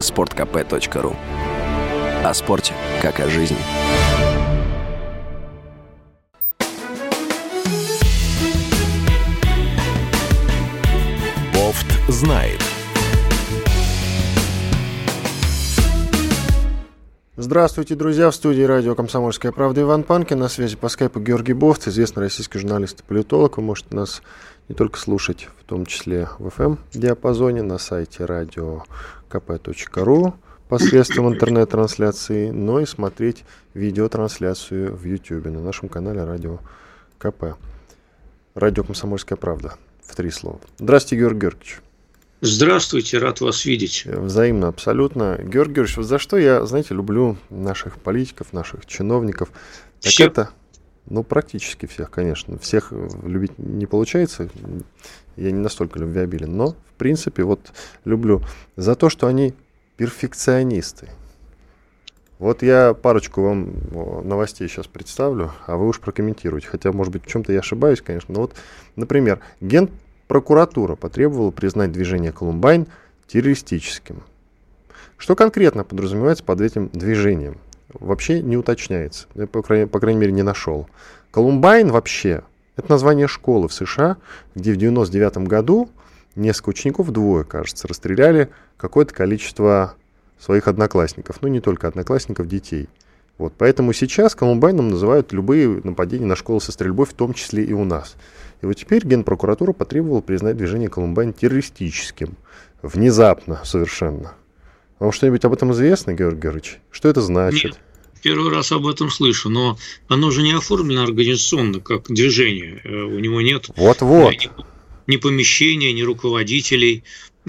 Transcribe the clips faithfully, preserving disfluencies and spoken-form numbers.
спорт кэ пэ точка ру. О спорте, как о жизни. Бофт знает. Здравствуйте, друзья! В студии радио «Комсомольская правда» Иван Панкин. На связи по скайпу Георгий Бофт, известный российский журналист и политолог. Вы можете нас не только слушать, в том числе в эф эм-диапазоне, на сайте радио ка пэ точка ру посредством интернет-трансляции, но и смотреть видеотрансляцию в YouTube на нашем канале Радио КП. Радио «Комсомольская правда». В три слова. Здравствуйте, Георгий Георгиевич. Здравствуйте, рад вас видеть. Взаимно, абсолютно. Георгий Георгиевич, вот за что я, знаете, люблю наших политиков, наших чиновников. Так Всех? это, ну, практически всех, конечно. Всех любить не получается. Я не настолько любвеобилен. Но, в принципе, вот люблю за то, что они перфекционисты. Вот я парочку вам новостей сейчас представлю, а вы уж прокомментируйте. Хотя, может быть, в чем-то я ошибаюсь, конечно. Но вот, например, Генпрокуратура потребовала признать движение «Колумбайн» террористическим. Что конкретно подразумевается под этим движением? Вообще не уточняется. Я, по крайней, по крайней мере, не нашел. «Колумбайн» вообще – это название школы в США, где в девяносто девятом году несколько учеников, двое, кажется, расстреляли какое-то количество своих одноклассников. Ну, не только одноклассников, детей. Вот. Поэтому сейчас «Колумбайном» называют любые нападения на школы со стрельбой, в том числе и у нас. И вот теперь Генпрокуратура потребовала признать движение «Колумбайн» террористическим. Внезапно совершенно. Вам что-нибудь об этом известно, Георгий Георгиевич? Что это значит? Нет, первый раз об этом слышу, но оно же не оформлено организационно, как движение. У него нет Вот-вот. ни, ни помещения, ни руководителей.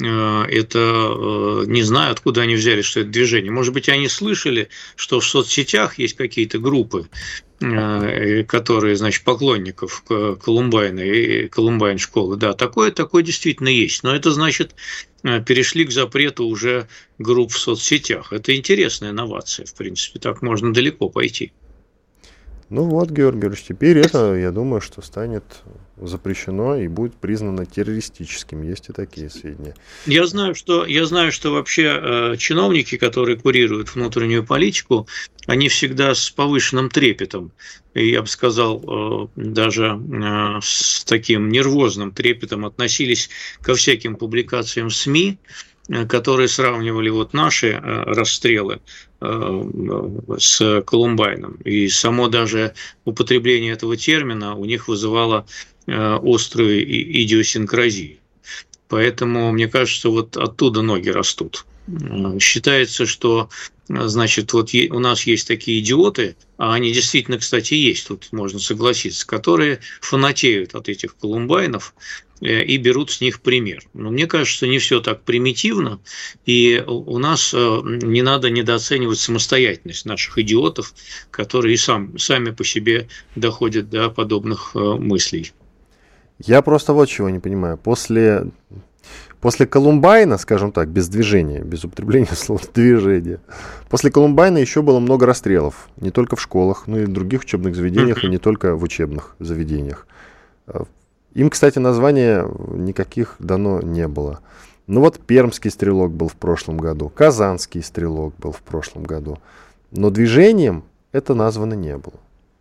Это не знаю, откуда они взяли, что это движение. Может быть, они слышали, что в соцсетях есть какие-то группы, которые, значит, поклонников Колумбайна и Колумбайн школы. Да, такое, такое действительно есть. Но это значит, перешли к запрету уже групп в соцсетях. Это интересная инновация, в принципе. Так можно далеко пойти. Ну вот, Георгий Георгиевич, теперь это, я думаю, что станет запрещено и будет признано террористическим. Есть и такие сведения. Я знаю, что, я знаю, что вообще э, чиновники, которые курируют внутреннюю политику, они всегда с повышенным трепетом, и я бы сказал, э, даже э, с таким нервозным трепетом относились ко всяким публикациям в СМИ, которые сравнивали вот наши э, расстрелы э, с Колумбайном. И само даже употребление этого термина у них вызывало э, острую идиосинкразию. Поэтому, мне кажется, вот оттуда ноги растут. Считается, что, значит, вот у нас есть такие идиоты, а они действительно, кстати, есть, тут можно согласиться, которые фанатеют от этих Колумбайнов и берут с них пример. Но мне кажется, что не все так примитивно, и у нас не надо недооценивать самостоятельность наших идиотов, которые и сам, сами по себе доходят до подобных мыслей. Я просто вот чего не понимаю. После, после Колумбайна, скажем так, без движения, без употребления слова движение, после Колумбайна еще было много расстрелов. Не только в школах, но и в других учебных заведениях, mm-hmm. и не только в учебных заведениях. Им, кстати, названия никаких дано не было. Ну вот Пермский стрелок был в прошлом году, Казанский стрелок был в прошлом году. Но движением это названо не было.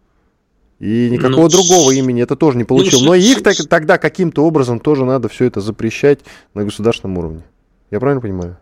И никакого ну, другого имени это тоже не получило. Но их так, тогда каким-то образом тоже надо все это запрещать на государственном уровне. Я правильно понимаю?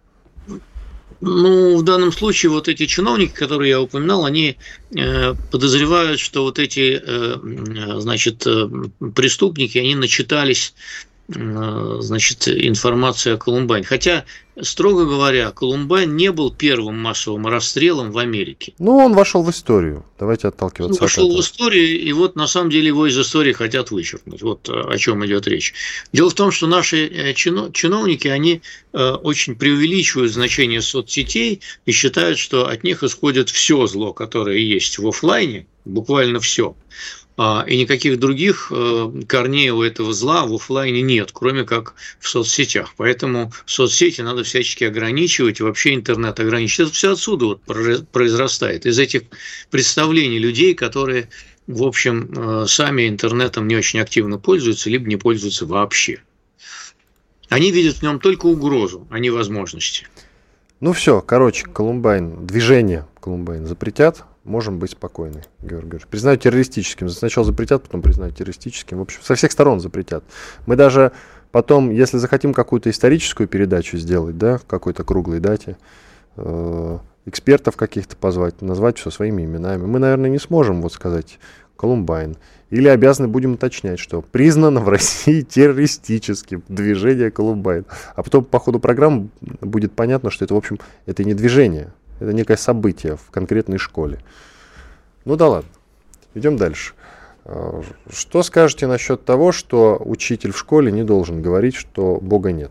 Ну, в данном случае вот эти чиновники, которые я упоминал, они э, подозревают, что вот эти, э, значит, э, преступники, они начитались, э, значит, информации о Колумбайне. Хотя, строго говоря, Колумбайн не был первым массовым расстрелом в Америке. Ну, он вошел в историю. Давайте отталкиваться он от вошел этого. в историю, и вот на самом деле его из истории хотят вычеркнуть. Вот о чем идет речь. Дело в том, что наши чиновники, они очень преувеличивают значение соцсетей и считают, что от них исходит все зло, которое есть в офлайне, буквально все. И никаких других корней у этого зла в офлайне нет, кроме как в соцсетях. Поэтому соцсети надо всячески ограничивать, и вообще интернет ограничивать. Это все отсюда вот произрастает, из этих представлений людей, которые, в общем, сами интернетом не очень активно пользуются, либо не пользуются вообще. Они видят в нем только угрозу, а не возможности. Ну все, короче, Колумбайн, движение Колумбайн запретят, можем быть спокойны, Георгий Георгиевич. Признают террористическим. Сначала запретят, потом признают террористическим. В общем, со всех сторон запретят. Мы даже потом, если захотим какую-то историческую передачу сделать, да, какой-то круглой дате, э- экспертов каких-то позвать, назвать все своими именами, мы, наверное, не сможем вот сказать Колумбайн. Или обязаны будем уточнять, что признано в России террористическим движение Колумбайн. А потом по ходу программы будет понятно, что это, в общем, это не движение, это некое событие в конкретной школе. Ну да ладно, идем дальше. Что скажете насчет того, что учитель в школе не должен говорить, что Бога нет?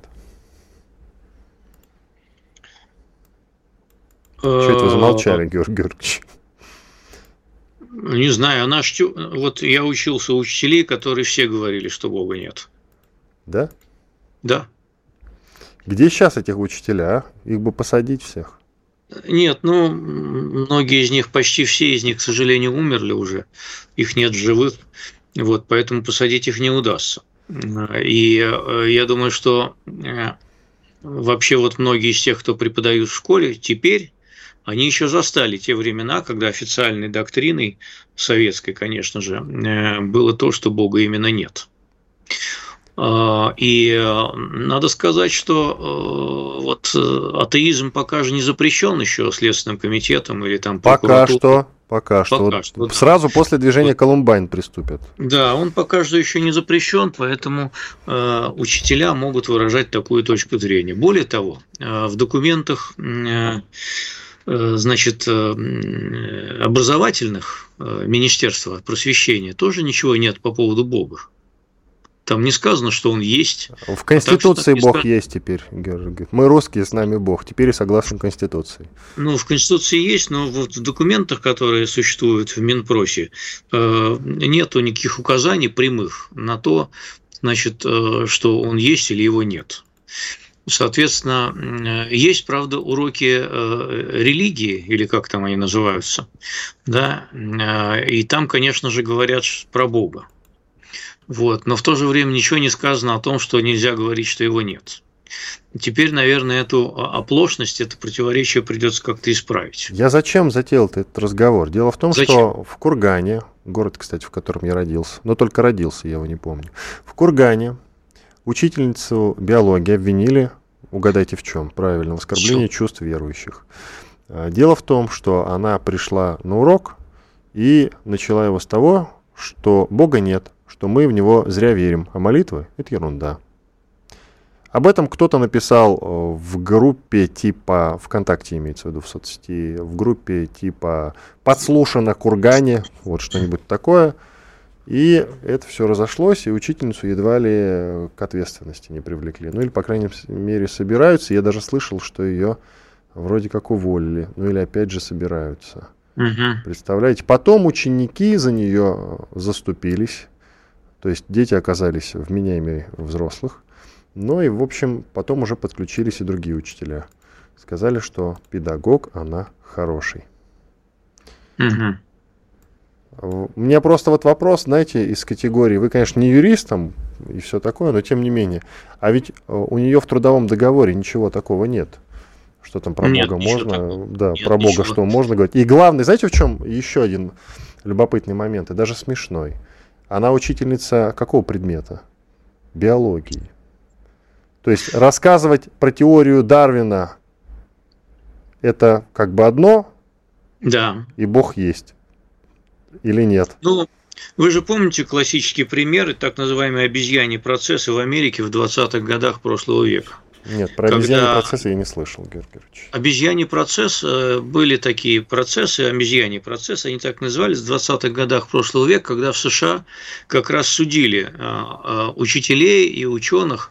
Что это вы замолчали, Георгий Георгиевич? Не знаю, а наш, вот я учился у учителей, которые все говорили, что Бога нет. Да? Да. Где сейчас этих учителя? Их бы посадить всех. Нет, ну, многие из них, почти все из них, к сожалению, умерли уже. Их нет в живых. Вот, поэтому посадить их не удастся. И я думаю, что вообще вот многие из тех, кто преподают в школе, теперь они еще застали те времена, когда официальной доктриной, советской, конечно же, было то, что Бога именно нет. И надо сказать, что вот атеизм пока же не запрещен еще Следственным комитетом или там пока что, пока что. Пока вот что да. Сразу после движения вот. Колумбайн приступят. Да, он пока что еще не запрещен, поэтому э, учителя могут выражать такую точку зрения. Более того, э, в документах э, значит, образовательных Министерства просвещения тоже ничего нет по поводу Бога. Там не сказано, что он есть. В Конституции а так, Бог есть теперь, Георгий. Мы русские, с нами Бог. Теперь и согласно Конституции. Ну, в Конституции есть, но вот в документах, которые существуют в Минпросе, нету никаких указаний прямых на то, значит, что он есть или его нет. Соответственно, есть, правда, уроки религии, или как там они называются, да, и там, конечно же, говорят про Бога. Вот, но в то же время ничего не сказано о том, что нельзя говорить, что его нет. Теперь, наверное, эту оплошность, это противоречие придется как-то исправить. Я зачем затеял этот разговор? Дело в том, зачем? Что в Кургане, город, кстати, в котором я родился, но только родился, я его не помню, в Кургане учительницу биологии обвинили, угадайте в чем, правильно, в оскорблении чувств верующих. Дело в том, что она пришла на урок и начала его с того, что Бога нет, что мы в него зря верим, а молитвы – это ерунда. Об этом кто-то написал в группе типа, ВКонтакте имеется в виду, в соцсети, в группе типа «Подслушано Кургане», вот что-нибудь такое. И это все разошлось, и учительницу едва ли к ответственности не привлекли. Ну или, по крайней мере, собираются. Я даже слышал, что ее вроде как уволили. Ну или опять же собираются. Угу. Представляете? Потом ученики за нее заступились. То есть дети оказались вменяемыми взрослых. Ну и, в общем, потом уже подключились и другие учителя. Сказали, что педагог, она хороший. Угу. У меня просто вот вопрос, знаете, из категории, вы, конечно, не юрист там и все такое, но тем не менее, а ведь у нее в трудовом договоре ничего такого нет. Что там про нет, Бога можно, такого. да, нет, про Бога ничего. Что можно говорить. И главное, знаете, в чем еще один любопытный момент, и даже смешной. Она учительница какого предмета? Биологии. То есть рассказывать про теорию Дарвина это как бы одно, да. И Бог есть. Или нет? Ну, вы же помните классические примеры, так называемые обезьяньи процессы в Америке в двадцатых годах прошлого века? Нет, про когда... обезьяньи процессы я не слышал, Георгий Георгиевич. Обезьяньи процессы, были такие процессы, обезьяньи процессы, они так назывались в двадцатых годах прошлого века, когда в США как раз судили учителей и ученых,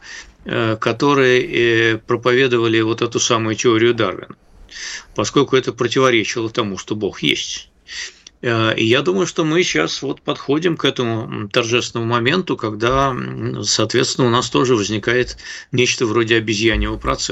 которые проповедовали вот эту самую теорию Дарвина, поскольку это противоречило тому, что Бог есть. И я думаю, что мы сейчас вот подходим к этому торжественному моменту, когда, соответственно, у нас тоже возникает нечто вроде обезьяньего процесса.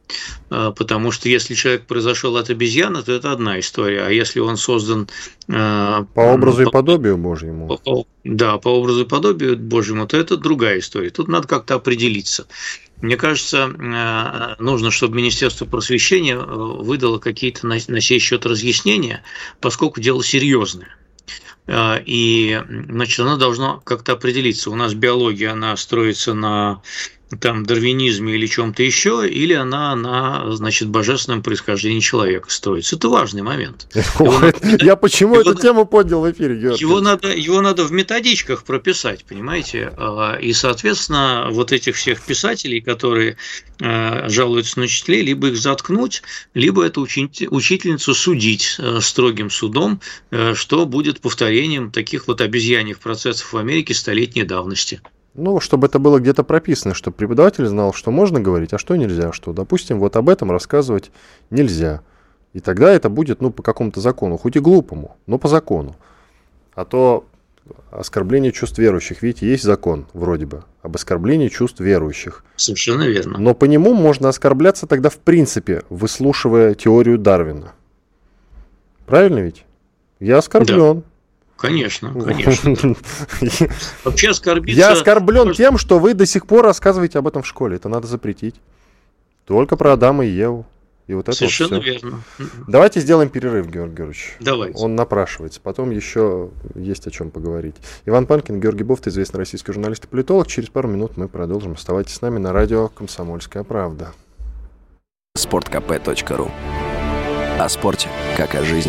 Потому что если человек произошел от обезьяны, то это одна история. А если он создан... По образу и подобию Божьему. По, да, по образу и подобию Божьему, то это другая история. Тут надо как-то определиться. Мне кажется, нужно, чтобы Министерство просвещения выдало какие-то на сей счет разъяснения, поскольку дело серьезное. И, значит, оно должно как-то определиться. У нас биология, она строится на там, дарвинизме или чем-то еще, или она на, значит, божественном происхождении человека строится. Это важный момент. Надо, я почему эту тему поднял в эфире, Георгий? Его надо, его надо в методичках прописать, понимаете? И, соответственно, вот этих всех писателей, которые жалуются на учителей, либо их заткнуть, либо эту учительницу судить строгим судом, что будет повторением таких вот обезьяньих процессов в Америке столетней давности. Ну, чтобы это было где-то прописано, чтобы преподаватель знал, что можно говорить, а что нельзя, что, допустим, вот об этом рассказывать нельзя. И тогда это будет, ну, по какому-то закону, хоть и глупому, но по закону. А то оскорбление чувств верующих, видите, есть закон, вроде бы, об оскорблении чувств верующих. Совершенно верно. Но по нему можно оскорбляться тогда в принципе, выслушивая теорию Дарвина. Правильно ведь? Я оскорблен. Да. Конечно, конечно. Вообще оскорбиться... Я оскорблен тем, что вы до сих пор рассказываете об этом в школе. Это надо запретить. Только про Адама и Еву. И вот это Совершенно вот верно. Давайте сделаем перерыв, Георгий Георгиевич. Давайте. Он напрашивается. Потом еще есть о чем поговорить. Иван Панкин, Георгий Бофт, известный российский журналист и политолог. Через пару минут мы продолжим. Оставайтесь с нами на радио «Комсомольская правда». спорт кэ пэ точка ру. О спорте, как о жизни.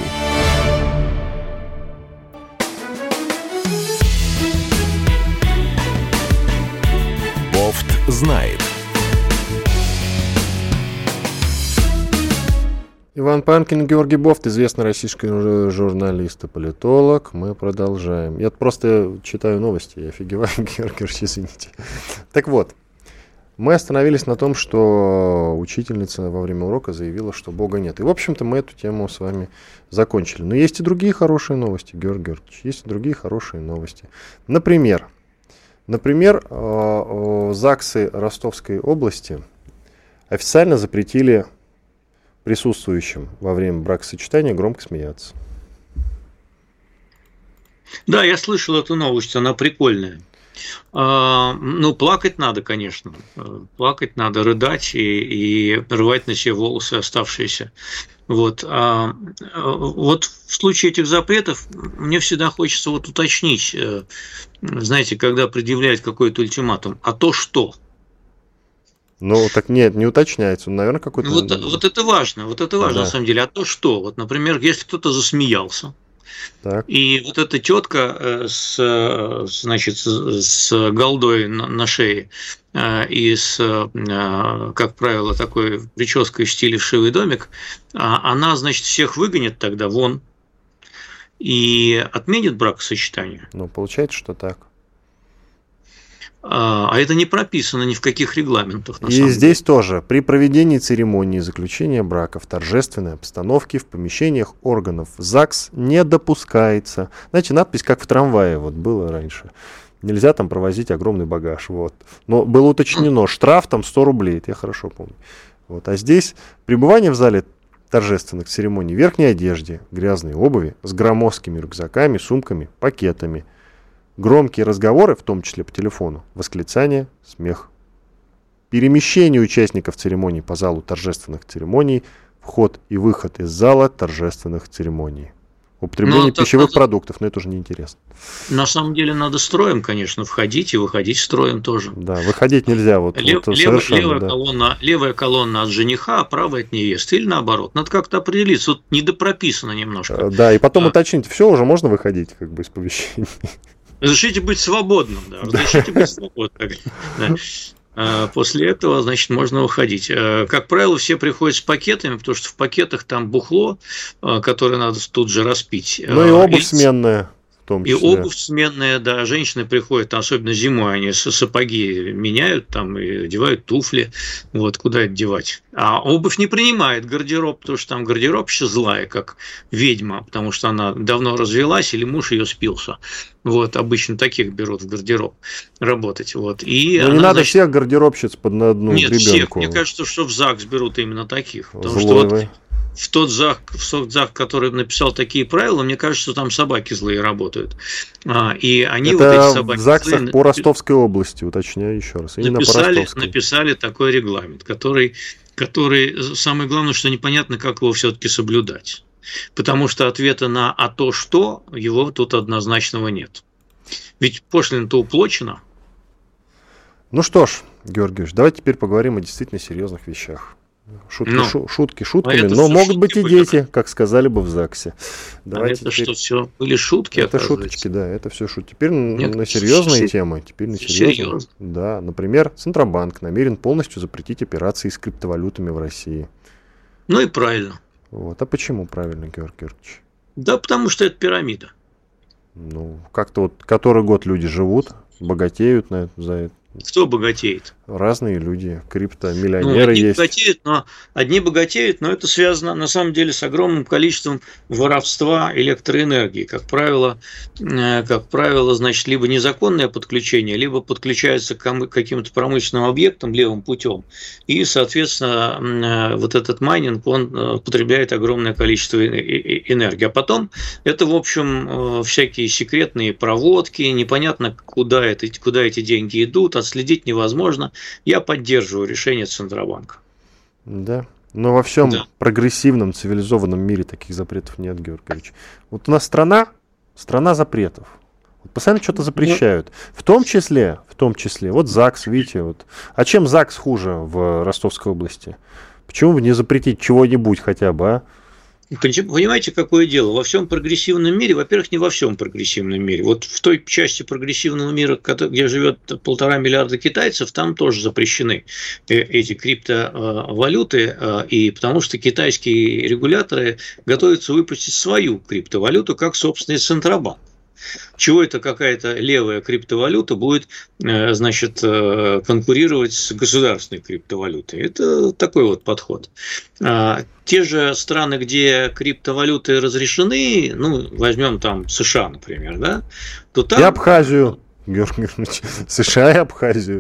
Бофт знает. Иван Панкин, Георгий Бофт, известный российский журналист и политолог. Мы продолжаем. Я просто читаю новости, я офигеваю, Георгий Георгиевич, извините. Так вот, мы остановились на том, что учительница во время урока заявила, что Бога нет. И, в общем-то, мы эту тему с вами закончили. Но есть и другие хорошие новости, Георгий Георгиевич. Есть и другие хорошие новости. Например, например, ЗАГСы Ростовской области официально запретили присутствующим во время бракосочетания громко смеяться. Да, я слышал эту новость, она прикольная. А, ну, плакать надо, конечно. Плакать надо, рыдать и, и рвать на себе волосы оставшиеся. Вот. А, вот в случае этих запретов мне всегда хочется вот уточнить, знаете, когда предъявляют какой-то ультиматум, а то что? Ну, так нет, не уточняется. Наверное, какой-то... Вот, вот это важно, вот это важно, да. На самом деле. А то что? Вот, например, если кто-то засмеялся, так. И вот эта тетка с, значит, с голдой на шее и с, как правило, такой прической в стиле «Вшивый домик», она, значит, всех выгонит тогда вон и отменит бракосочетание. Ну, получается, что так. А это не прописано ни в каких регламентах. На и самом здесь деле. Тоже при проведении церемонии заключения брака в торжественной обстановке в помещениях органов ЗАГС не допускается. Знаете, надпись как в трамвае вот было раньше. Нельзя там провозить огромный багаж. Вот. Но было уточнено, штраф там сто рублей, это я хорошо помню. Вот. А здесь пребывание в зале торжественных церемоний в верхней одежде, грязной обуви, с громоздкими рюкзаками, сумками, пакетами. Громкие разговоры, в том числе по телефону, восклицания, смех. Перемещение участников церемоний по залу торжественных церемоний, вход и выход из зала торжественных церемоний. Употребление ну, пищевых надо... продуктов, но это уже неинтересно. На самом деле надо строем, конечно, входить и выходить строем тоже. Да, выходить нельзя. Вот, Лев, вот левая, левая, да. колонна, левая колонна от жениха, а правая от невесты. Или наоборот. Надо как-то определиться. Вот недопрописано немножко. Да, и потом а... уточнить, все, уже можно выходить как бы из помещения. Разрешите быть свободным, да, разрешите быть свободным. Да. После этого, значит, можно уходить. Как правило, все приходят с пакетами, потому что в пакетах там бухло, которое надо тут же распить. Ну и обувь и... сменная. том И числе. обувь сменная, да, женщины приходят, особенно зимой, они сапоги меняют там и одевают туфли, вот, куда это девать. А обувь не принимает гардероб, потому что там гардеробщица злая, как ведьма, потому что она давно развелась или муж ее спился. Вот, обычно таких берут в гардероб работать. Вот. И Но она, не надо значит, всех гардеробщиц под на одну нет, гребенку. всех. Мне кажется, что в ЗАГС берут именно таких. Потому Злой что вот вы. в тот ЗАГС, в тот ЗАГС, который написал такие правила, мне кажется, что там собаки злые работают. А, и они Это вот эти собаки в ЗАГСах злые по Ростовской области, уточняю еще раз. Именно написали, по Ростовской. написали такой регламент, который, который, самое главное, что непонятно, как его все-таки соблюдать. Потому что ответа на «а то что» его тут однозначного нет. Ведь пошлина-то уплочена. Ну что ж, Георгий Георгиевич, давайте теперь поговорим о действительно серьезных вещах. Шутки, Ну, шу- шутки шутками, это но всё могут быть шутки и были. дети, как сказали бы в ЗАГСе. А Давайте это теперь- что, все были шутки? Это оказывается? шуточки, да, это все шутки. Теперь Нет, на серьезные се- темы. Теперь на серьезные. серьезно? Да, например, Центробанк намерен полностью запретить операции с криптовалютами в России. Ну и правильно. Вот. А почему правильно, Георгий Георгиевич? Да потому что это пирамида. Ну, как-то вот который год люди живут, богатеют на, за это. Кто богатеет? Разные люди, Ну, криптомиллионеры одни есть. богатеют, но одни богатеют, но это связано на самом деле с огромным количеством воровства электроэнергии. Как правило, э, как правило, значит, либо незаконное подключение, либо подключается к кому- каким-то промышленным объектам левым путем. И, соответственно, э, вот этот майнинг, он э, потребляет огромное количество э- э- энергии. А потом это, в общем, э, всякие секретные проводки, непонятно, куда, это, куда эти деньги идут, отследить невозможно. Я поддерживаю решение Центробанка. Да. Но во всем Да. прогрессивном, цивилизованном мире таких запретов нет, Георгий Георгиевич. Вот у нас страна, страна запретов. Вот постоянно что-то запрещают. В том числе, в том числе, вот ЗАГС, видите, вот. А чем ЗАГС хуже в Ростовской области? Почему бы не запретить чего-нибудь хотя бы, а? Понимаете, какое дело? Во всем прогрессивном мире, во-первых, не во всем прогрессивном мире. Вот в той части прогрессивного мира, где живет полтора миллиарда китайцев, там тоже запрещены эти криптовалюты, и потому что китайские регуляторы готовятся выпустить свою криптовалюту как собственный Центробанк. Чего это какая-то левая криптовалюта будет, значит, конкурировать с государственной криптовалютой? Это такой вот подход. Те же страны, где криптовалюты разрешены, ну, возьмем там США, например, да, то там... И Абхазию, Георгий Георгиевич, США и Абхазию.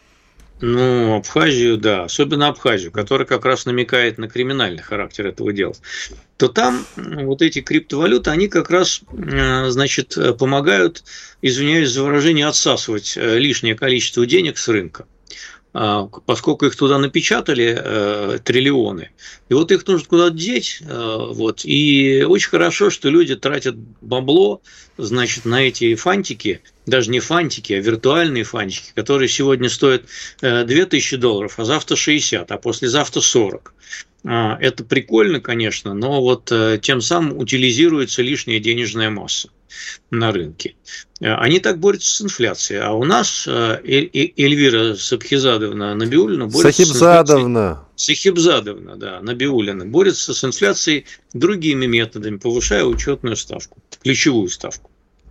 Ну, Абхазию, да, особенно Абхазию, которая как раз намекает на криминальный характер этого дела, то там вот эти криптовалюты, они как раз, значит, помогают, извиняюсь за выражение, отсасывать лишнее количество денег с рынка, поскольку их туда напечатали э, триллионы, и вот их нужно куда-то деть, э, вот, и очень хорошо, что люди тратят бабло, значит, на эти фантики, даже не фантики, а виртуальные фантики, которые сегодня стоят э, две тысячи долларов, а завтра шестьдесят, а послезавтра сорок. Э, это прикольно, конечно, но вот э, тем самым утилизируется лишняя денежная масса на рынке. Они так борются с инфляцией. А у нас Эльвира Сахибзадовна Набиуллина борется Сахибзадовна. с инфляцией. Сахибзадовна, да, Набиуллина борется с инфляцией другими методами, повышая учетную ставку, ключевую ставку.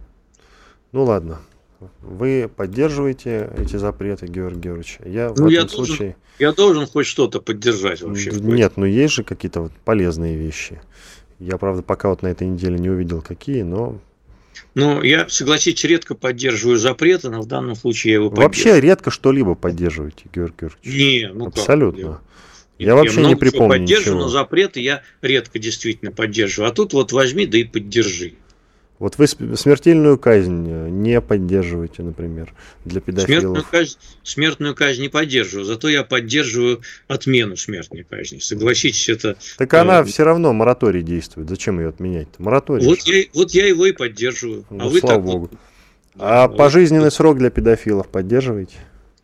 Ну ладно. Вы поддерживаете эти запреты, Георгий Георгиевич? Я в Ну, этом я должен, случае... я должен хоть что-то поддержать вообще. Нет, но есть же какие-то вот полезные вещи. Я, правда, пока вот на этой неделе не увидел, какие, но... Ну, я, согласитесь, редко поддерживаю запреты, но в данном случае я его поддерживаю. Вообще редко что-либо поддерживаете, Георгий Георгиевич. Не, ну Абсолютно. Как? Я, я вообще много не припомню поддерживаю, ничего. но запреты я редко действительно поддерживаю. А тут вот возьми, да и поддержи. Вот вы смертельную казнь не поддерживаете, например, для Смертную педофилов. казнь, смертную казнь не поддерживаю, зато я поддерживаю отмену смертной казни. Согласитесь, это... Так она все равно, мораторий действует. Зачем ее отменять-то? Мораторий. Вот же. я, вот я его и поддерживаю. Ну, а вы слава так богу. вот- А Да, пожизненный вот- срок для педофилов поддерживаете?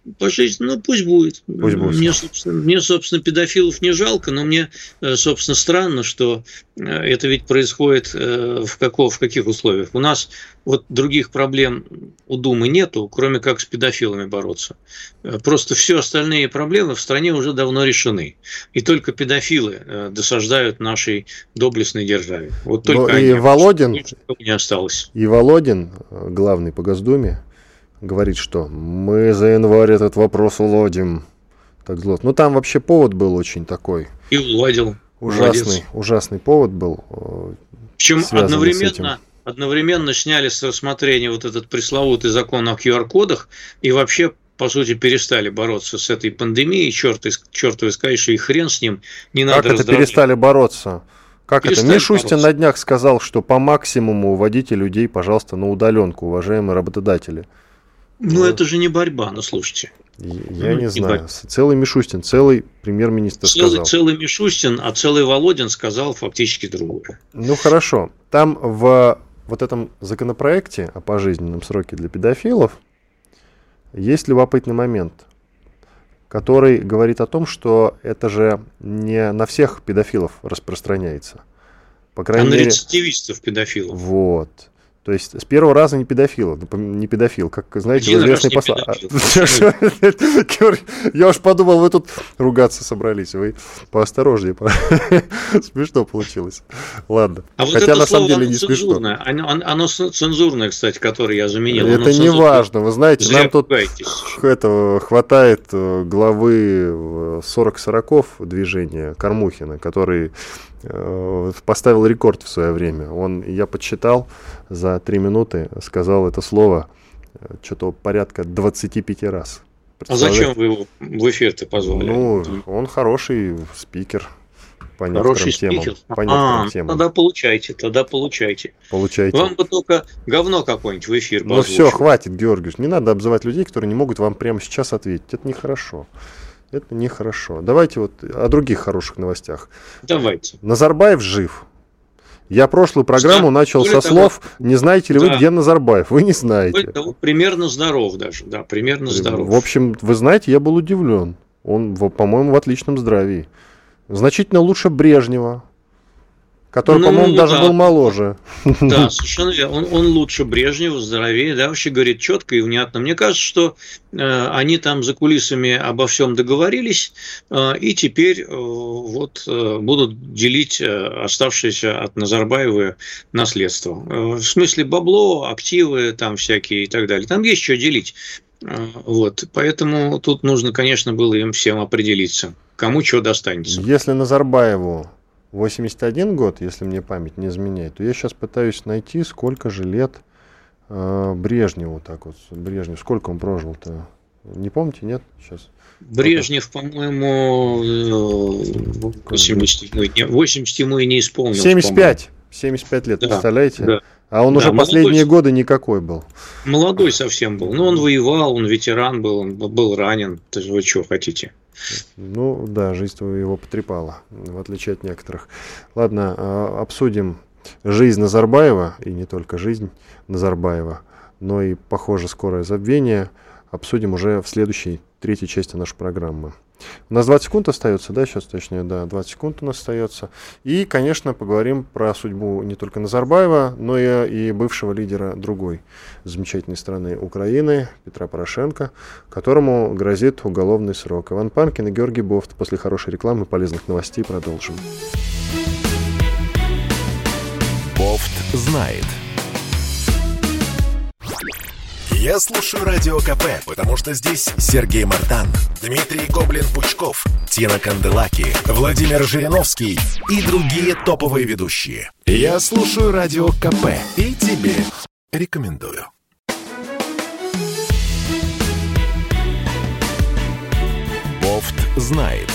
Пожизненно, ну пусть будет. Пусть будет. Мне, собственно, мне, собственно, педофилов не жалко, но мне, собственно, странно, что это ведь происходит в, каков, в каких условиях. У нас вот других проблем у Думы нету, кроме как с педофилами бороться. Просто все остальные проблемы в стране уже давно решены. И только педофилы досаждают нашей доблестной державе. Вот только и они. Володин, не осталось. И Володин, главный по Госдуме, говорит, что мы за январь этот вопрос уладим. Так зло. Ну, там вообще повод был очень такой. И уладил. Ужасный, Молодец. ужасный повод был. Причем одновременно, одновременно сняли с рассмотрения вот этот пресловутый закон о ку ар кодах и вообще, по сути, перестали бороться с этой пандемией. Черт, чертовы сказать, что и хрен с ним, не надо Как это раздражать. перестали бороться? Как Перестали это? Мишустин бороться. на днях сказал, что по максимуму уводите людей, пожалуйста, на удаленку, уважаемые работодатели. Ну, это же не борьба, ну, слушайте. Я Ну, не не знаю. борьба. Целый Мишустин, целый премьер-министр Целый, сказал. целый Мишустин, а целый Володин сказал фактически другое. Ну, хорошо. Там в вот этом законопроекте о пожизненном сроке для педофилов есть любопытный момент, который говорит о том, что это же не на всех педофилов распространяется. По крайней а на мере, рецидивистов педофилов. Вот. То есть с первого раза не педофил, не педофил, как, знаете, Один в известной раз не пословице. Я уж подумал, вы тут ругаться собрались, вы поосторожнее. Смешно получилось. Ладно. А вот Хотя это на самом слово, деле не смешно. цензурное, оно, оно цензурное, кстати, которое я заменил. Это не важно, вы знаете, Зря нам тут пугаетесь. этого хватает главы сорок сороков движения Кормухина, который э, поставил рекорд в свое время. Он, я подсчитал, за три минуты сказал это слово э, что-то порядка двадцать пять раз. А зачем вы его в эфир-то позвали? Ну, он хороший спикер по Хороший некоторым спикер. темам. По некоторым а, темам. Тогда получайте, тогда получайте. Получайте. Вам бы только говно какое-нибудь в эфир Ну все, хватит, Георгиевич, не надо обзывать людей, которые не могут вам прямо сейчас ответить. Это нехорошо. Это нехорошо. Давайте вот о других хороших новостях. Давайте. Назарбаев жив. Я прошлую программу Да, начал со более слов «Не знаете ли да. вы, где Назарбаев?» Вы не знаете. Вы примерно здоров даже, да, примерно здоров. В общем, вы знаете, я был удивлен. Он, по-моему, в отличном здравии. Значительно лучше Брежнева, который, Ну, по-моему, даже да. был моложе. Да, совершенно верно. Он, он лучше Брежнева, здоровее, да, вообще говорит четко и внятно. Мне кажется, что э, они там за кулисами обо всем договорились, э, и теперь э, вот э, будут делить э, оставшееся от Назарбаева наследство. Э, в смысле бабло, активы там всякие и так далее. Там есть что делить. Э, вот, поэтому тут нужно, конечно, было им всем определиться, кому что достанется. Если Назарбаеву восемьдесят один год, если мне память не изменяет, то я сейчас пытаюсь найти, сколько же лет э, Брежневу, так вот, Брежнев, сколько он прожил-то? Не помните, нет? Сейчас. Брежнев, по-моему, восемьдесят, восемьдесят ему и не исполнилось. семьдесят пять. семьдесят пять лет, Да, представляете? да. А он Да, уже молодой. последние годы никакой был. Молодой совсем был. Ну, он воевал, он ветеран был, он был ранен. То есть вы что хотите? Ну, да, жизнь его потрепала, в отличие от некоторых. Ладно, э, обсудим жизнь Назарбаева, и не только жизнь Назарбаева, но и, похоже, скорое забвение. Обсудим уже в следующей, третьей части нашей программы. У нас двадцать секунд остается, да, сейчас точнее, да, двадцать секунд у нас остается. И, конечно, поговорим про судьбу не только Назарбаева, но и, и бывшего лидера другой замечательной страны Украины, Петра Порошенко, которому грозит уголовный срок. Иван Панкин и Георгий Бофт. После хорошей рекламы и полезных новостей продолжим. Бофт знает. Я слушаю Радио КП, потому что здесь Сергей Мартан, Дмитрий Гоблин-Пучков, Тина Канделаки, Владимир Жириновский и другие топовые ведущие. Я слушаю Радио КП и тебе рекомендую. Бофт знает.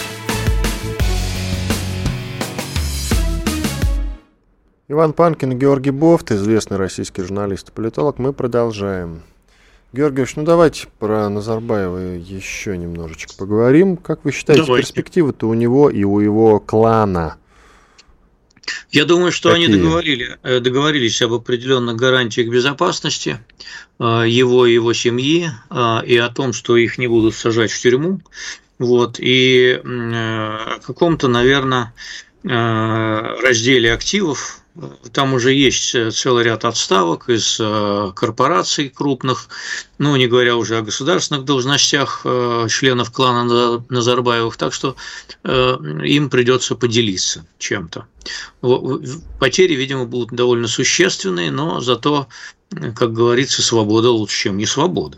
Иван Панкин и Георгий Бофт, известный российский журналист и политолог. Мы продолжаем. Георгиевич, ну давайте про Назарбаева еще немножечко поговорим. Как вы считаете, Давайте. перспективы-то у него и у его клана? Я думаю, что Какие? они договорили, договорились об определенных гарантиях безопасности его и его семьи, и о том, что их не будут сажать в тюрьму. Вот, и о каком-то, наверное, разделе активов. Там уже есть целый ряд отставок из корпораций крупных, ну, не говоря уже о государственных должностях членов клана Назарбаевых, так что им придется поделиться чем-то. Потери, видимо, будут довольно существенные, но зато, как говорится, свобода лучше, чем не свобода.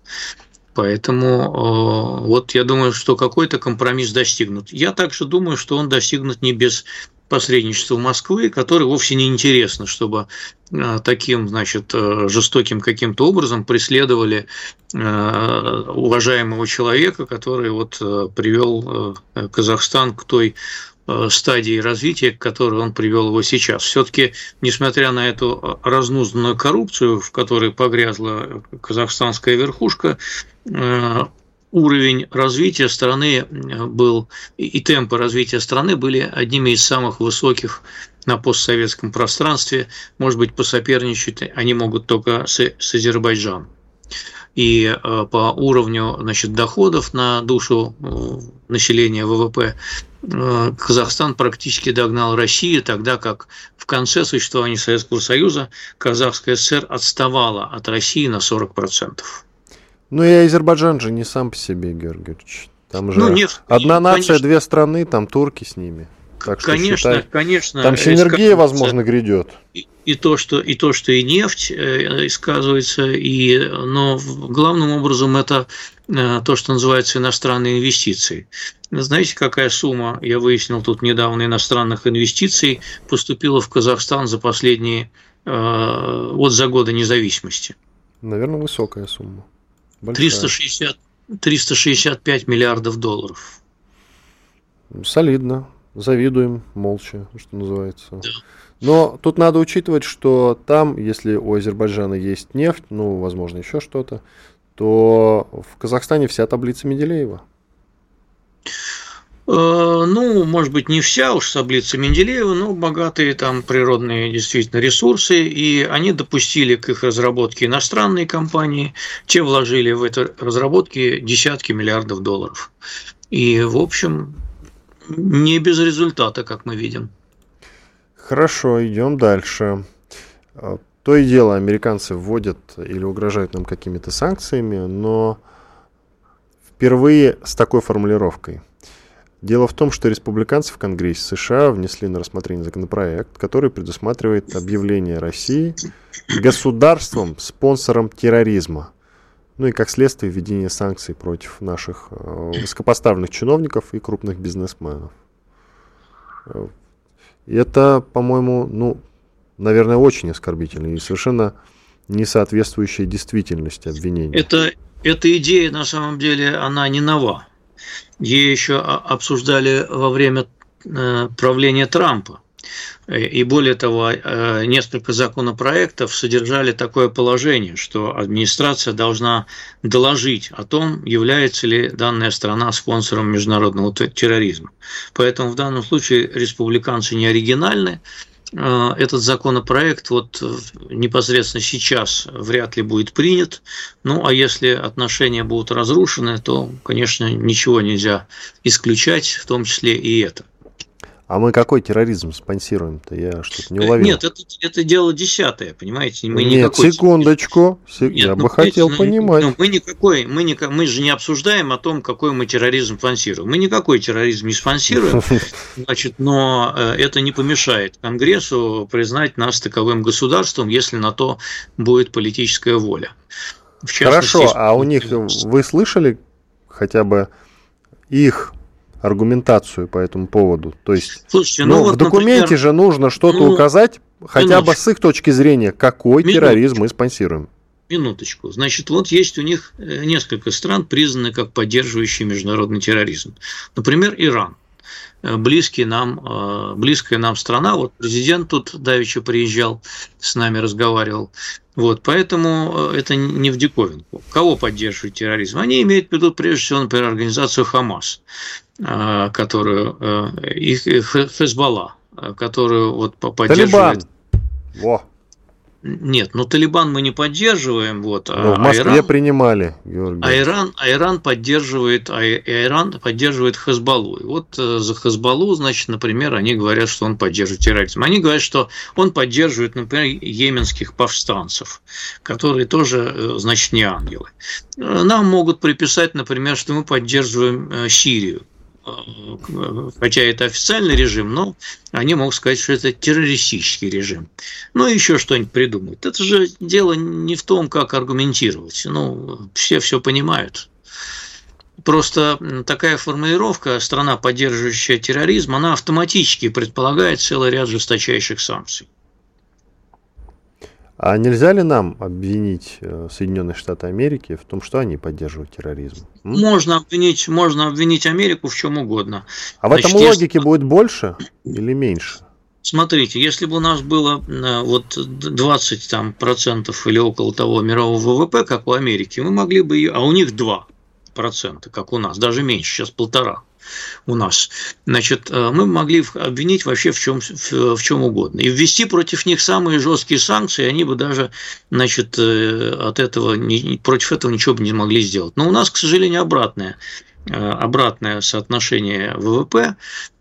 Поэтому вот я думаю, что какой-то компромисс достигнут. Я также думаю, что он достигнут не без посредничества Москвы, которой вовсе не интересно, чтобы таким, значит, жестоким каким-то образом преследовали уважаемого человека, который вот привел Казахстан к той стадии развития, к которой он привел его сейчас. Все-таки, несмотря на эту разнузданную коррупцию, в которой погрязла казахстанская верхушка, уровень развития страны был, и темпы развития страны были одними из самых высоких на постсоветском пространстве. Может быть, посоперничать они могут только с, с Азербайджаном. И по уровню, значит, доходов на душу населения ВВП Казахстан практически догнал Россию, тогда как в конце существования Советского Союза Казахская ССР отставала от России на сорок процентов. Ну и Азербайджан же не сам по себе, Георгий Георгиевич. Там же ну, нет, одна нация, конечно. Две страны, там турки с ними. Так что конечно, считай, конечно. Там синергия, возможно, грядет. И, и, то, что, и то, что и нефть э, сказывается, и, но главным образом это э, то, что называется иностранные инвестиции. Знаете, какая сумма, я выяснил тут недавно, иностранных инвестиций поступила в Казахстан за последние, э, вот за годы независимости? Наверное, высокая сумма. триста шестьдесят, триста шестьдесят пять миллиардов долларов. Солидно. Завидуем молча, что называется. Да. Но тут надо учитывать, что там, если у Азербайджана есть нефть, ну, возможно, еще что-то, то в Казахстане вся таблица Менделеева. Ну, может быть, не вся уж таблица Менделеева, но богатые там природные действительно ресурсы, и они допустили к их разработке иностранные компании, те вложили в эти разработки десятки миллиардов долларов. И, в общем, не без результата, как мы видим. Хорошо, идем дальше. То и дело, американцы вводят или угрожают нам какими-то санкциями, но впервые с такой формулировкой. Дело в том, что республиканцы в Конгрессе США внесли на рассмотрение законопроект, который предусматривает объявление России государством, спонсором терроризма. Ну и как следствие введение санкций против наших высокопоставленных чиновников и крупных бизнесменов. И это, по-моему, ну, наверное, очень оскорбительно и совершенно не соответствующее действительности обвинения. Это, эта идея, на самом деле, она не нова. Ее еще обсуждали во время правления Трампа. И более того, несколько законопроектов содержали такое положение, что администрация должна доложить о том, является ли данная страна спонсором международного терроризма. Поэтому в данном случае республиканцы не оригинальны. Этот законопроект вот непосредственно сейчас вряд ли будет принят. Ну, а если отношения будут разрушены, то, конечно, ничего нельзя исключать, в том числе и это. А мы какой терроризм спонсируем-то? Я что-то не уловил. Нет, это, это дело десятое, понимаете? Мы Нет, никакой... секундочку. Нет, я ну, бы хотел ну, понимать. Ну, мы, никакой, мы, не, мы же не обсуждаем о том, какой мы терроризм спонсируем. Мы никакой терроризм не спонсируем, значит, но это не помешает Конгрессу признать нас таковым государством, если на то будет политическая воля. В частности, хорошо, а у них, вы слышали хотя бы их аргументацию по этому поводу? То есть, слушайте, ну, ну, в вот, документе например, же нужно что-то ну, указать, хотя минуточку. бы с их точки зрения, какой минуточку. терроризм мы спонсируем. Минуточку. Значит, вот есть у них несколько стран, признанные как поддерживающие международный терроризм. Например, Иран. Близкий нам, близкая нам страна. Вот президент тут давеча приезжал, с нами разговаривал. Вот, поэтому это не в диковинку. Кого поддерживает терроризм? Они имеют в виду, прежде всего, например, организацию Хамас, которую их Хезболла, которую вот поддерживает... Талибан! Во! Нет, ну Талибан мы не поддерживаем, вот, ну, а в Москве Иран, принимали, Георгий. А Иран, а Иран поддерживает, а Иран поддерживает Хезболлу. И вот за Хезболлу, значит, например, они говорят, что он поддерживает терроризм. Они говорят, что он поддерживает, например, йеменских повстанцев, которые тоже, значит, не ангелы. Нам могут приписать, например, что мы поддерживаем Сирию. Хотя это официальный режим, но они могут сказать, что это террористический режим. Ну, и еще что-нибудь придумают. Это же дело не в том, как аргументировать. Ну, все все понимают. Просто такая формулировка «страна, поддерживающая терроризм», она автоматически предполагает целый ряд жесточайших санкций. А нельзя ли нам обвинить Соединенные Штаты Америки в том, что они поддерживают терроризм? М? Можно обвинить, можно обвинить Америку в чем угодно. А в этом Значит, логике если... будет больше или меньше? Смотрите, если бы у нас было вот двадцать там, процентов или около того мирового ВВП, как у Америки, мы могли бы, а у них два процента, как у нас, даже меньше, сейчас полтора. У нас, значит, мы могли обвинить вообще в чем, в, в чем угодно и ввести против них самые жесткие санкции, они бы даже, значит, от этого против этого ничего бы не могли сделать. Но у нас, к сожалению, обратное, обратное соотношение ВВП,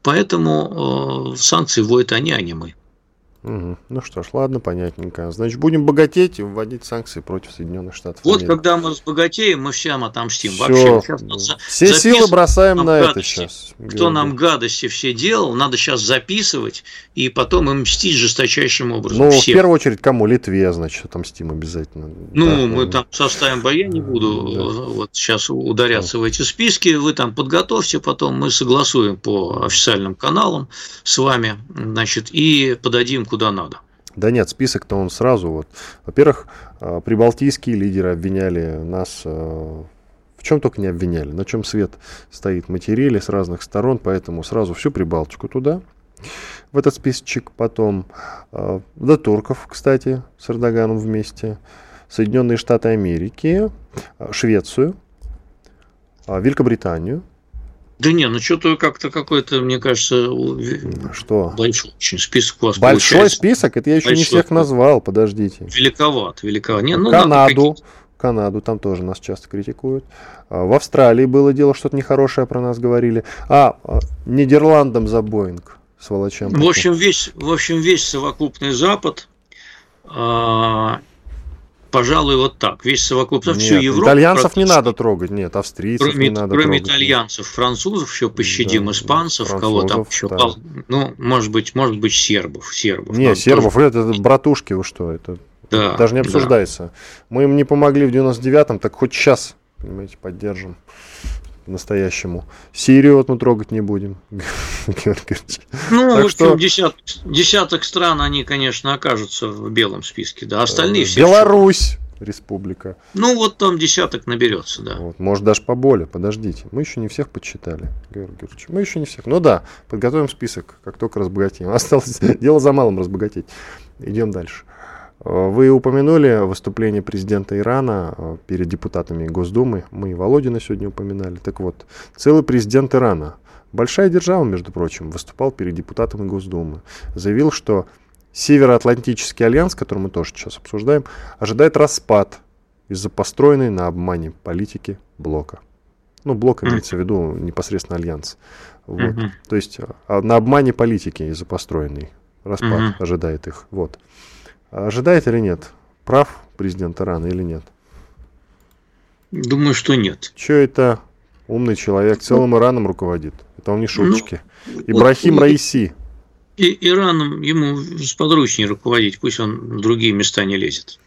поэтому санкции вводят они, а не мы. Угу. Ну что ж, ладно, понятненько. Значит, будем богатеть и вводить санкции против Соединенных Штатов. Вот Америки. Когда мы разбогатеем, мы всем отомстим. Всё. Вообще, сейчас все силы бросаем на гадости. Это сейчас. Кто Георгий. нам гадости все делал, надо сейчас записывать и потом им мстить жесточайшим образом. Ну, всем. В первую очередь, кому? Литве, значит, отомстим обязательно. Ну, да, мы да. там составим боя, не буду да. вот сейчас ударяться да. в эти списки. Вы там подготовьте, потом мы согласуем по официальным каналам с вами, значит, и подадим куда надо. Да нет, список-то он сразу вот. Во-первых, прибалтийские лидеры обвиняли нас, в чем только не обвиняли, на чем свет стоит, материли с разных сторон, поэтому сразу всю Прибалтику туда, в этот списочек. Потом до турков, кстати, с Эрдоганом вместе, Соединенные Штаты Америки, Швецию, Великобританию. Да не, ну что-то как-то какой-то, мне кажется, что? Большой очень список у вас Большой получается. Список? Это я еще Большой. Не всех назвал, подождите. Великоват, великоват. Не, ну, Канаду, Канаду, там тоже нас часто критикуют. В Австралии было дело, что-то нехорошее про нас говорили. А, Нидерландам за Боинг, сволочам. В общем, весь, в общем, весь совокупный Запад... Пожалуй, вот так. Весь совокупный, всю Европу. Итальянцев не надо трогать, нет, австрийцев кроме, не надо кроме трогать. Кроме итальянцев, французов еще пощадим, да, испанцев, французов, кого там еще, да. пол, ну, может быть, может быть, сербов. сербов не, сербов, тоже... это, это братушки, вы что, это да, даже не обсуждается. Да. Мы им не помогли в девяносто девятом, так хоть сейчас, понимаете, поддержим по-настоящему. Сирию вот мы трогать не будем. Ну, так в общем, что... десяток, десяток стран, они, конечно, окажутся в белом списке, да, остальные все... Беларусь, республика. Ну, вот там десяток наберется, да. Вот, может, даже поболее, подождите. Мы еще не всех подсчитали, Георгий Георгиевич. Мы еще не всех. Ну да, подготовим список, как только разбогатеем. Осталось дело за малым разбогатеть. Идем дальше. Вы упомянули выступление президента Ирана перед депутатами Госдумы. Мы и Володина сегодня упоминали. Так вот, целый президент Ирана, большая держава, между прочим, выступал перед депутатами Госдумы. Заявил, что Североатлантический альянс, который мы тоже сейчас обсуждаем, ожидает распад из-за построенной на обмане политики блока. Ну, блок имеется в виду непосредственно альянс. Вот. Mm-hmm. То есть на обмане политики из-за построенной распад mm-hmm. ожидает их. Вот. Ожидает или нет? Прав президент Ирана или нет? Думаю, что нет. Че это умный человек целым Ираном руководит? Это он не шуточки. Ну, Ибрахим вот, Раиси. И Ираном ему сподручнее руководить, пусть он в другие места не лезет.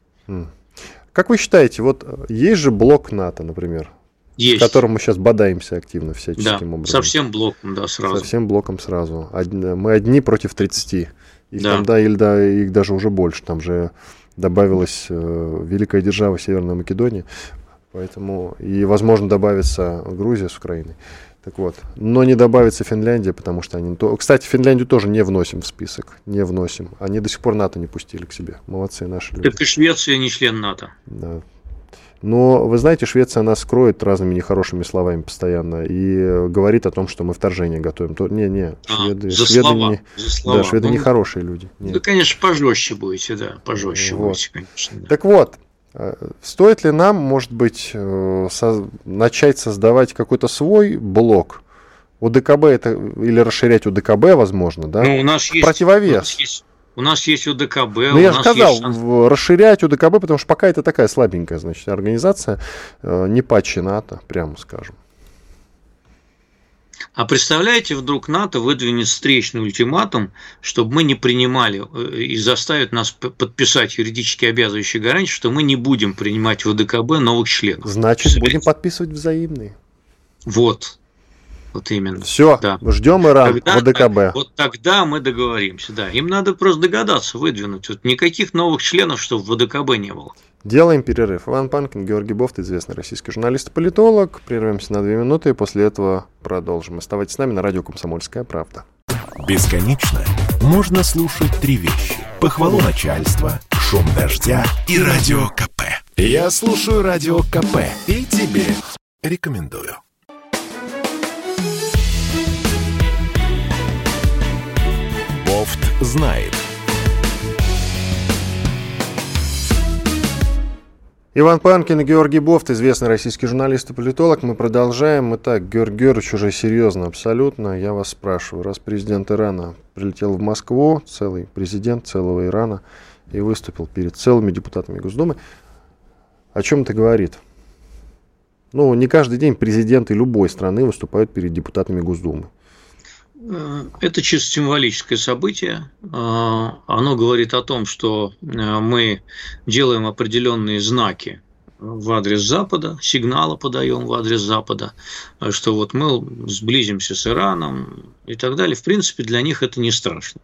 Как вы считаете, вот есть же блок НАТО, например, есть. С которым мы сейчас бодаемся активно всяческим да, образом? Со всем блоком, да, сразу. Со всем блоком сразу. Мы одни против тридцати. Их да. там, да, или да, их даже уже больше. Там же добавилась э, великая держава Северная Македония. Поэтому и, возможно, добавится Грузия с Украиной. Так вот. Но не добавится Финляндия, потому что они... Кстати, Финляндию тоже не вносим в список. Не вносим. Они до сих пор НАТО не пустили к себе. Молодцы наши люди. Так и Швеция не член НАТО. Да. Но, вы знаете, Швеция нас скроет разными нехорошими словами постоянно и говорит о том, что мы вторжение готовим. То, не, не, шведы, а, за шведы, слова, не, за слова. Да, шведы ну, нехорошие люди. Нет. Вы, конечно, пожестче будете, да, пожестче вот. будете, конечно. Да. Так вот, стоит ли нам, может быть, со- начать создавать какой-то свой блок? УДКБ это, или расширять УДКБ, возможно, да? Ну, у нас есть, противовес. У нас есть, у нас есть УДКБ. Ну, у я нас же сказал, есть... расширять УДКБ, потому что пока это такая слабенькая, значит, организация, не патчи НАТО, прямо скажем. А представляете, вдруг НАТО выдвинет встречный ультиматум, чтобы мы не принимали и заставит нас подписать юридически обязывающие гарантии, что мы не будем принимать в УДКБ новых членов. Значит, будем подписывать взаимные. Вот. Вот именно. Все, да. Ждем Иран тогда, в ОДКБ. Вот тогда мы договоримся. Да. Им надо просто догадаться, выдвинуть. Вот никаких новых членов, чтобы в ОДКБ не было. Делаем перерыв. Иван Панкин, Георгий Бофт, известный российский журналист и политолог. Прервемся на две минуты и после этого продолжим. Оставайтесь с нами на радио «Комсомольская правда». Бесконечно можно слушать три вещи. Похвалу начальства, шум дождя и радио КП. Я слушаю радио КП и тебе рекомендую. Бофт знает. Иван Панкин и Георгий Бофт, известный российский журналист и политолог. Мы продолжаем. Итак, Георгий Георгиевич, уже серьезно абсолютно. Я вас спрашиваю, раз президент Ирана прилетел в Москву, целый президент целого Ирана, и выступил перед целыми депутатами Госдумы, о чем это говорит? Ну, не каждый день президенты любой страны выступают перед депутатами Госдумы. Это чисто символическое событие. Оно говорит о том, что мы делаем определенные знаки в адрес Запада, сигналы подаем в адрес Запада, что вот мы сблизимся с Ираном и так далее. В принципе, для них это не страшно.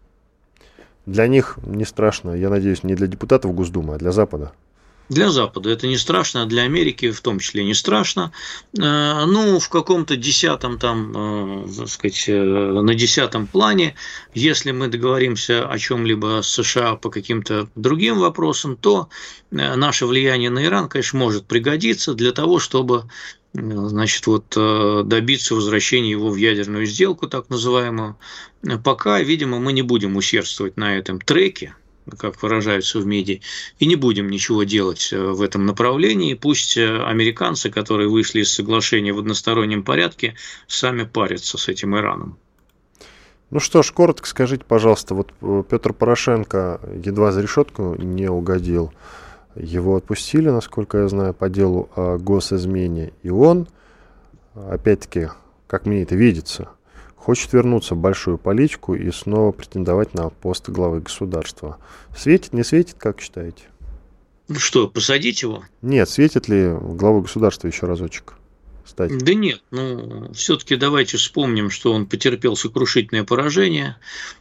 Для них не страшно, я надеюсь, не для депутатов Госдумы, а для Запада. Для Запада это не страшно, а для Америки в том числе не страшно. Ну, в каком-то десятом, там, так сказать, на десятом плане, если мы договоримся о чем-либо с США по каким-то другим вопросам, то наше влияние на Иран, конечно, может пригодиться для того, чтобы, значит, вот, добиться возвращения его в ядерную сделку, так называемую. Пока, видимо, мы не будем усердствовать на этом треке, как выражаются в медиа, и не будем ничего делать в этом направлении. Пусть американцы, которые вышли из соглашения в одностороннем порядке, сами парятся с этим Ираном. Ну что ж, коротко скажите, пожалуйста, вот Петр Порошенко едва за решетку не угодил. Его отпустили, насколько я знаю, по делу о госизмене. И он, опять-таки, как мне это видится, хочет вернуться в большую политику и снова претендовать на пост главы государства. Светит, не светит, как считаете? Ну что, посадить его? Нет, светит ли главу государства еще разочек стать? Да нет, ну, все-таки давайте вспомним, что он потерпел сокрушительное поражение.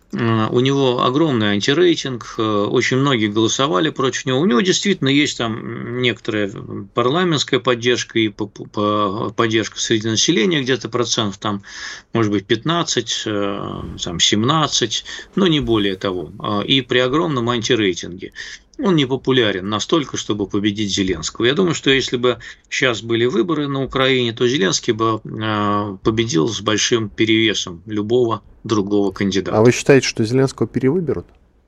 У него огромный антирейтинг, очень многие голосовали против него. У него действительно есть там некоторая парламентская поддержка и поддержка среди населения, где-то процентов там, может быть, пятнадцать, там, семнадцать, но не более того. И при огромном антирейтинге. Он не популярен настолько, чтобы победить Зеленского. Я думаю, что если бы сейчас были выборы на Украине, то Зеленский бы победил с большим перевесом любого другого кандидата. А вы считаете, что Зеленского перевыберут?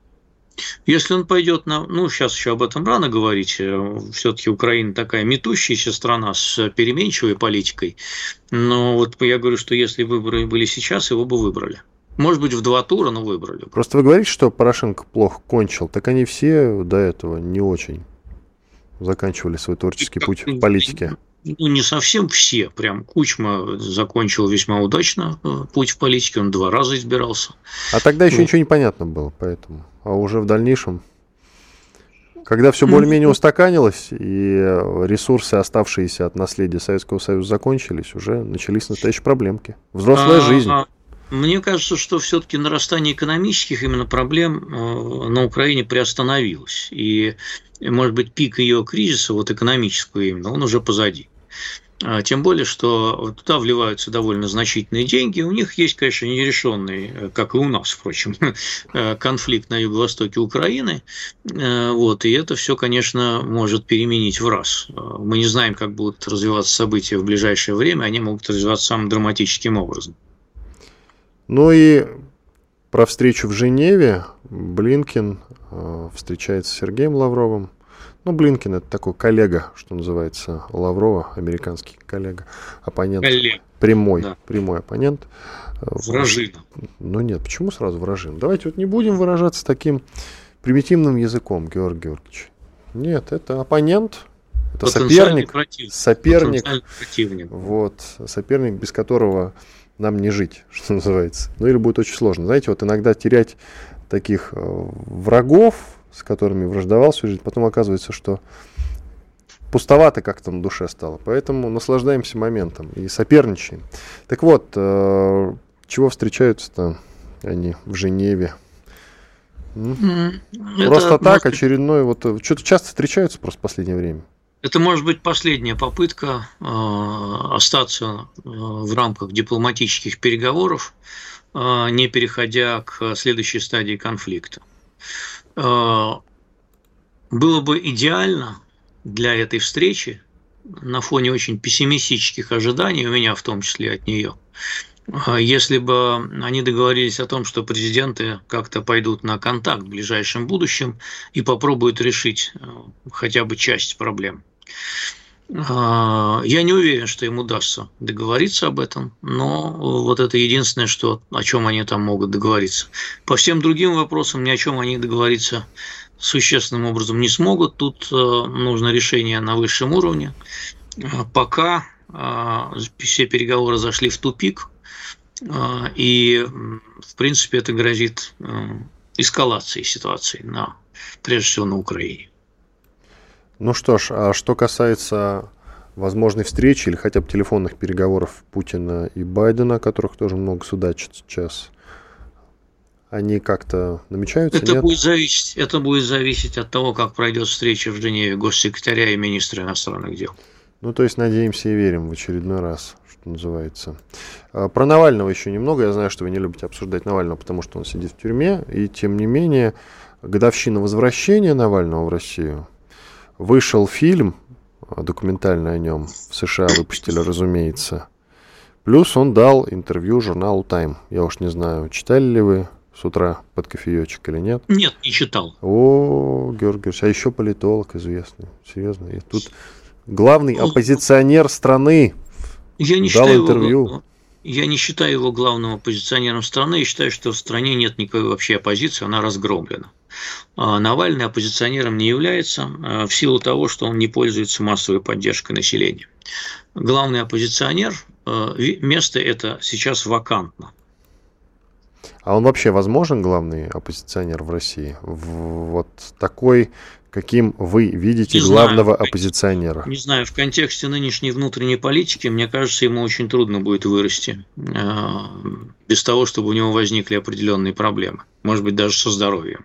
Если он пойдет на... Ну, сейчас еще об этом рано говорить. Все-таки Украина такая метущаяся страна с переменчивой политикой. Но вот я говорю, что если выборы были сейчас, его бы выбрали. Может быть, в два тура, но выбрали. Просто вы говорите, что Порошенко плохо кончил. Так они все до этого не очень заканчивали свой творческий путь в политике. Ну, не совсем все. Прям Кучма закончил весьма удачно путь в политике. Он два раза избирался. А тогда еще ну, ничего не понятно было, поэтому. А уже в дальнейшем, когда все более-менее устаканилось, и ресурсы, оставшиеся от наследия Советского Союза, закончились, уже начались настоящие проблемки. Взрослая жизнь. Мне кажется, что все-таки нарастание экономических именно проблем на Украине приостановилось. И, может быть, пик ее кризиса, вот экономического именно, он уже позади. Тем более, что туда вливаются довольно значительные деньги. У них есть, конечно, нерешенный, как и у нас, впрочем, конфликт на юго-востоке Украины. Вот, и это все, конечно, может переменить в раз. Мы не знаем, как будут развиваться события в ближайшее время. Они могут развиваться самым драматическим образом. Ну и про встречу в Женеве. Блинкен встречается с Сергеем Лавровым. Ну, Блинкен – это такой коллега, что называется, Лаврова, американский коллега, оппонент, коллега. прямой, Да. прямой оппонент. Вражина. Ну нет, почему сразу вражина? Давайте вот не будем выражаться таким примитивным языком, Георгий Георгиевич. Нет, это оппонент, это соперник, противник. соперник, противник. Вот, соперник, без которого нам не жить, что называется. Ну или будет очень сложно. Знаете, вот иногда терять таких врагов, с которыми враждовал всю жизнь, потом оказывается, что пустовато как-то на душе стало. Поэтому наслаждаемся моментом и соперничаем. Так вот, э, чего встречаются-то они в Женеве? Mm. Просто так, очередной, вот что-то часто встречаются просто в последнее время. Это может быть последняя попытка э, остаться э, в рамках дипломатических переговоров, э, не переходя к следующей стадии конфликта. Было бы идеально для этой встречи на фоне очень пессимистических ожиданий, у меня в том числе от нее, если бы они договорились о том, что президенты как-то пойдут на контакт в ближайшем будущем и попробуют решить хотя бы часть проблем. Я не уверен, что им удастся договориться об этом, но вот это единственное, что, о чем они там могут договориться. По всем другим вопросам ни о чем они договориться существенным образом не смогут. Тут нужно решение на высшем уровне. Пока все переговоры зашли в тупик, и, в принципе, это грозит эскалацией ситуации, на, прежде всего, на Украине. Ну что ж, а что касается возможной встречи или хотя бы телефонных переговоров Путина и Байдена, о которых тоже много судачат сейчас, они как-то намечаются? Это нет? будет зависеть, это будет зависеть от того, как пройдет встреча в Женеве госсекретаря и министра иностранных дел. Ну, то есть надеемся и верим в очередной раз, что называется. Про Навального еще немного. Я знаю, что вы не любите обсуждать Навального, потому что он сидит в тюрьме, и тем не менее годовщина возвращения Навального в Россию. Вышел фильм документальный о нем, в США выпустили, разумеется. Плюс он дал интервью журналу Time. Я уж не знаю, читали ли вы с утра под кофеечек или нет? Нет, не читал. О, Георгий Георгиевич, а еще политолог известный. Серьезно. И тут главный оппозиционер страны я не дал считаю интервью. Его, я не считаю его главным оппозиционером страны. Я считаю, что в стране нет никакой вообще оппозиции, она разгромлена. Навальный оппозиционером не является в силу того, что он не пользуется массовой поддержкой населения. Главный оппозиционер, место это сейчас вакантно. А он вообще возможен, главный оппозиционер в России? Вот такой, каким вы видите не главного знаю, оппозиционера? Не знаю, в контексте нынешней внутренней политики, мне кажется, ему очень трудно будет вырасти без того, чтобы у него возникли определенные проблемы. Может быть, даже со здоровьем.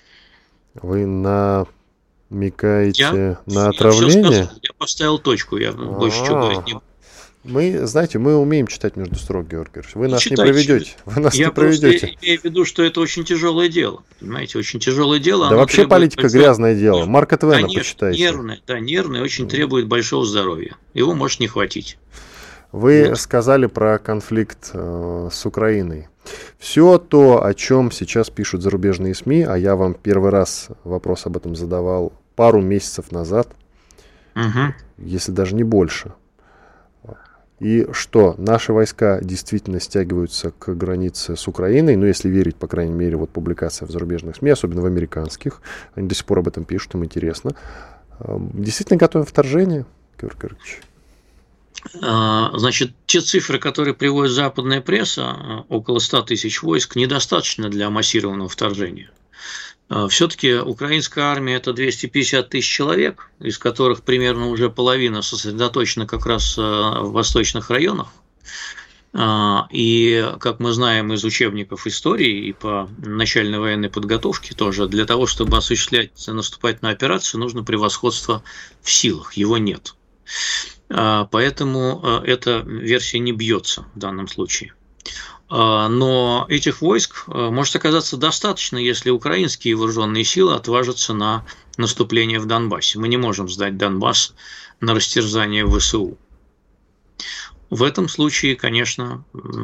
Вы намекаете я, на я отравление? Сказал, я поставил точку, я А-а-а. больше чего говорить не буду. Мы, знаете, мы умеем читать между строк, Георгий Георгиевич. Вы не нас читайте, не проведете. Вы нас я не проведете. Я имею в виду, что это очень тяжелое дело. Понимаете, очень тяжелое дело. Да вообще политика большого... грязное дело. Марка Твена Конечно, почитайте. Нервное, да, нервное, очень mm. требует большого здоровья. Его может не хватить. Вы вот. сказали про конфликт э, с Украиной. Все то, о чем сейчас пишут зарубежные СМИ, а я вам первый раз вопрос об этом задавал пару месяцев назад, угу. если даже не больше. И что, наши войска действительно стягиваются к границе с Украиной, ну, если верить, по крайней мере, вот публикациям в зарубежных СМИ, особенно в американских, они до сих пор об этом пишут, им интересно. Действительно готовим вторжение, Георгий Георгиевич? Значит, те цифры, которые приводит западная пресса, около ста тысяч войск, недостаточно для массированного вторжения. Все-таки украинская армия – это двести пятьдесят тысяч человек, из которых примерно уже половина сосредоточена как раз в восточных районах. И, как мы знаем из учебников истории и по начальной военной подготовке тоже, для того, чтобы осуществлять наступательную операцию, нужно превосходство в силах, его нет. Поэтому эта версия не бьется в данном случае. Но этих войск может оказаться достаточно, если украинские вооруженные силы отважатся на наступление в Донбассе. Мы не можем сдать Донбасс на растерзание ВСУ. В этом случае, конечно,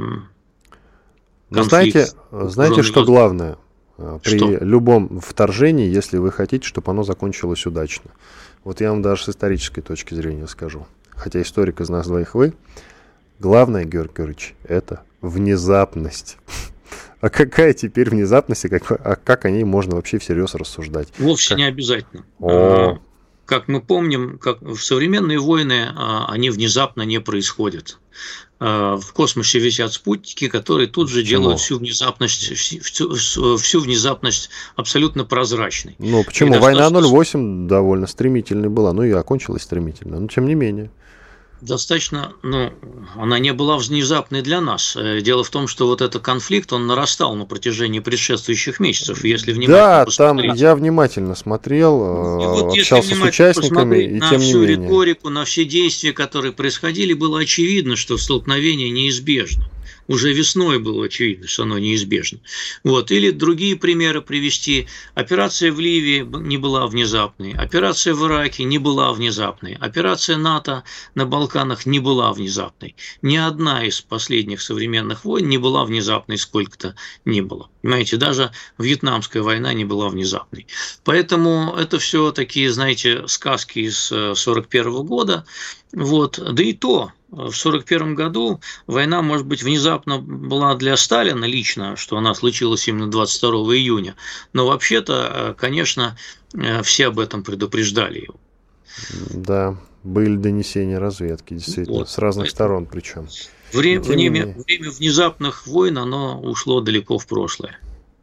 знаете, знаете, что воз... главное при что? любом вторжении, если вы хотите, чтобы оно закончилось удачно? Вот я вам даже с исторической точки зрения скажу. Хотя историк из нас двоих вы. Главное, Георгий Георгиевич, это внезапность. А какая теперь внезапность, и как, а как о ней можно вообще всерьез рассуждать? Вовсе как... не обязательно. О. Как мы помним, как в современные войны они внезапно не происходят. В космосе висят спутники, которые тут же почему? делают всю внезапность, всю, всю внезапность абсолютно прозрачной. Ну почему? И Война ноль восемь довольно стремительной была, ну и окончилась стремительно, но тем не менее. Достаточно, ну, она не была внезапной для нас. Дело в том, что вот этот конфликт, он нарастал на протяжении предшествующих месяцев. Если внимательно да, там я внимательно смотрел, и вот общался с участниками, и на тем не всю менее. риторику, на все действия, которые происходили, было очевидно, что столкновение неизбежно. Уже весной было очевидно, что оно неизбежно. Вот. Или другие примеры привести. Операция в Ливии не была внезапной. Операция в Ираке не была внезапной. Операция НАТО на Балканах не была внезапной. Ни одна из последних современных войн не была внезапной, сколько-то ни было. Понимаете, даже Вьетнамская война не была внезапной. Поэтому это все такие, знаете, сказки из сорок первого года. Вот. Да и то, в сорок первом году война, может быть, внезапно была для Сталина лично, что она случилась именно двадцать второго июня. Но вообще-то, конечно, все об этом предупреждали его. Да, были донесения разведки, действительно, вот. С разных Поэтому сторон причем. Время, время, время внезапных войн, оно ушло далеко в прошлое.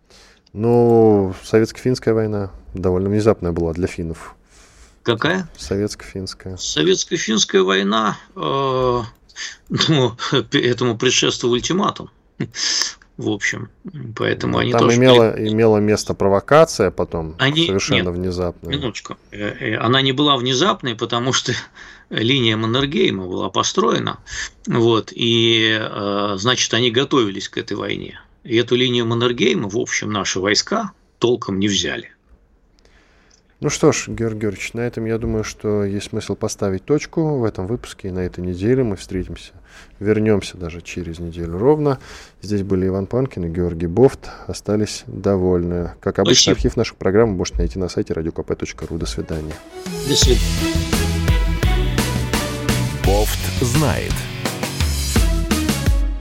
Ну, советско-финская война довольно внезапная была для финнов. Какая? Советско-финская. Советско-финская война, э, ну, этому предшествовал ультиматум, в общем, поэтому они там тоже... имела, были... имела место провокация потом, они... совершенно Нет, внезапная. Минуточку, она не была внезапной, потому что линия Маннергейма была построена, вот, и, значит, они готовились к этой войне. И эту линию Маннергейма, в общем, наши войска толком не взяли. Ну что ж, Георгий Георгиевич, на этом, я думаю, что есть смысл поставить точку в этом выпуске. И на этой неделе мы встретимся, вернемся даже через неделю ровно. Здесь были Иван Панкин и Георгий Бофт. Остались довольны. Как обычно, Спасибо. Архив наших программ вы можете найти на сайте радио ка пэ точка ру. До свидания. До свидания. Бофт знает.